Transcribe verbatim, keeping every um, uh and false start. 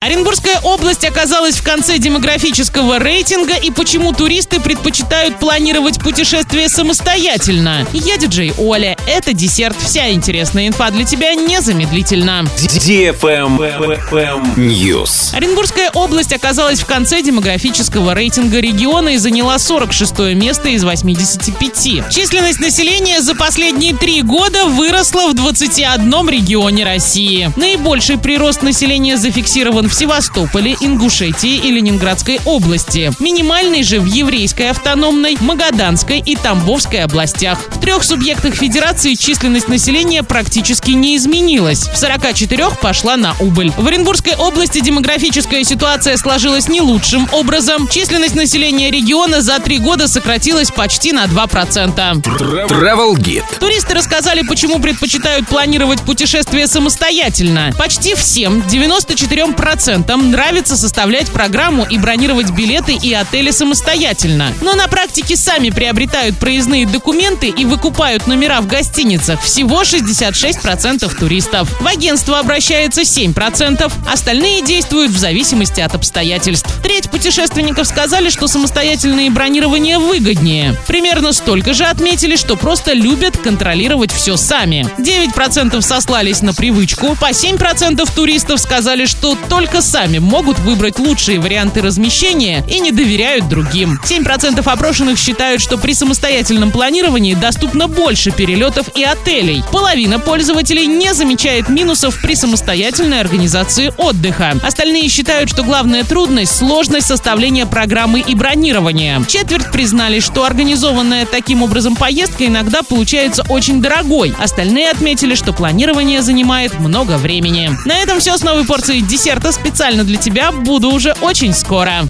Оренбургская область оказалась в конце демографического рейтинга, и почему туристы предпочитают планировать путешествие самостоятельно. Я диджей Оля. Это десерт. Вся интересная инфа для тебя незамедлительно. News. Оренбургская область оказалась в конце демографического рейтинга региона и заняла сорок шестое место из восьмидесяти пяти. Численность населения за последние три года выросла в двадцати одном регионе России. Наибольший прирост населения зафиксирован в Севастополе, Ингушетии и Ленинградской области. Минимальный же в Еврейской автономной, Магаданской и Тамбовской областях. В трех субъектах федерации численность населения практически не изменилась. В сорока четырёх пошла на убыль. В Оренбургской области демографическая ситуация сложилась не лучшим образом. Численность населения региона за три года сократилась почти на два процента. Travel Guide. Туристы рассказали, почему предпочитают планировать путешествия самостоятельно. Почти всем, девяноста четырём процентам, нравится составлять программу и бронировать билеты и отели самостоятельно. Но на практике сами приобретают проездные документы и выкупают номера в гостиницах всего шестьдесят шесть процентов туристов. В агентство обращается семь процентов, остальные действуют в зависимости от обстоятельств. Треть путешественников сказали, что самостоятельное бронирование выгоднее. Примерно столько же отметили, что просто любят контролировать все сами. девять процентов сослались на привычку, по семь процентов туристов сказали, что только сами могут выбрать лучшие варианты размещения и не доверяют другим. семь процентов опрошенных считают, что при самостоятельном планировании доступно больше перелетов и отелей. Половина пользователей не замечает минусов при самостоятельной организации отдыха. Остальные считают, что главная трудность – сложность составления программы и бронирования. Четверть признали, что организованная таким образом поездка иногда получается очень дорогой. Остальные отметили, что планирование занимает много времени. На этом все с новой порцией десерта специально для тебя. Буду уже очень скоро.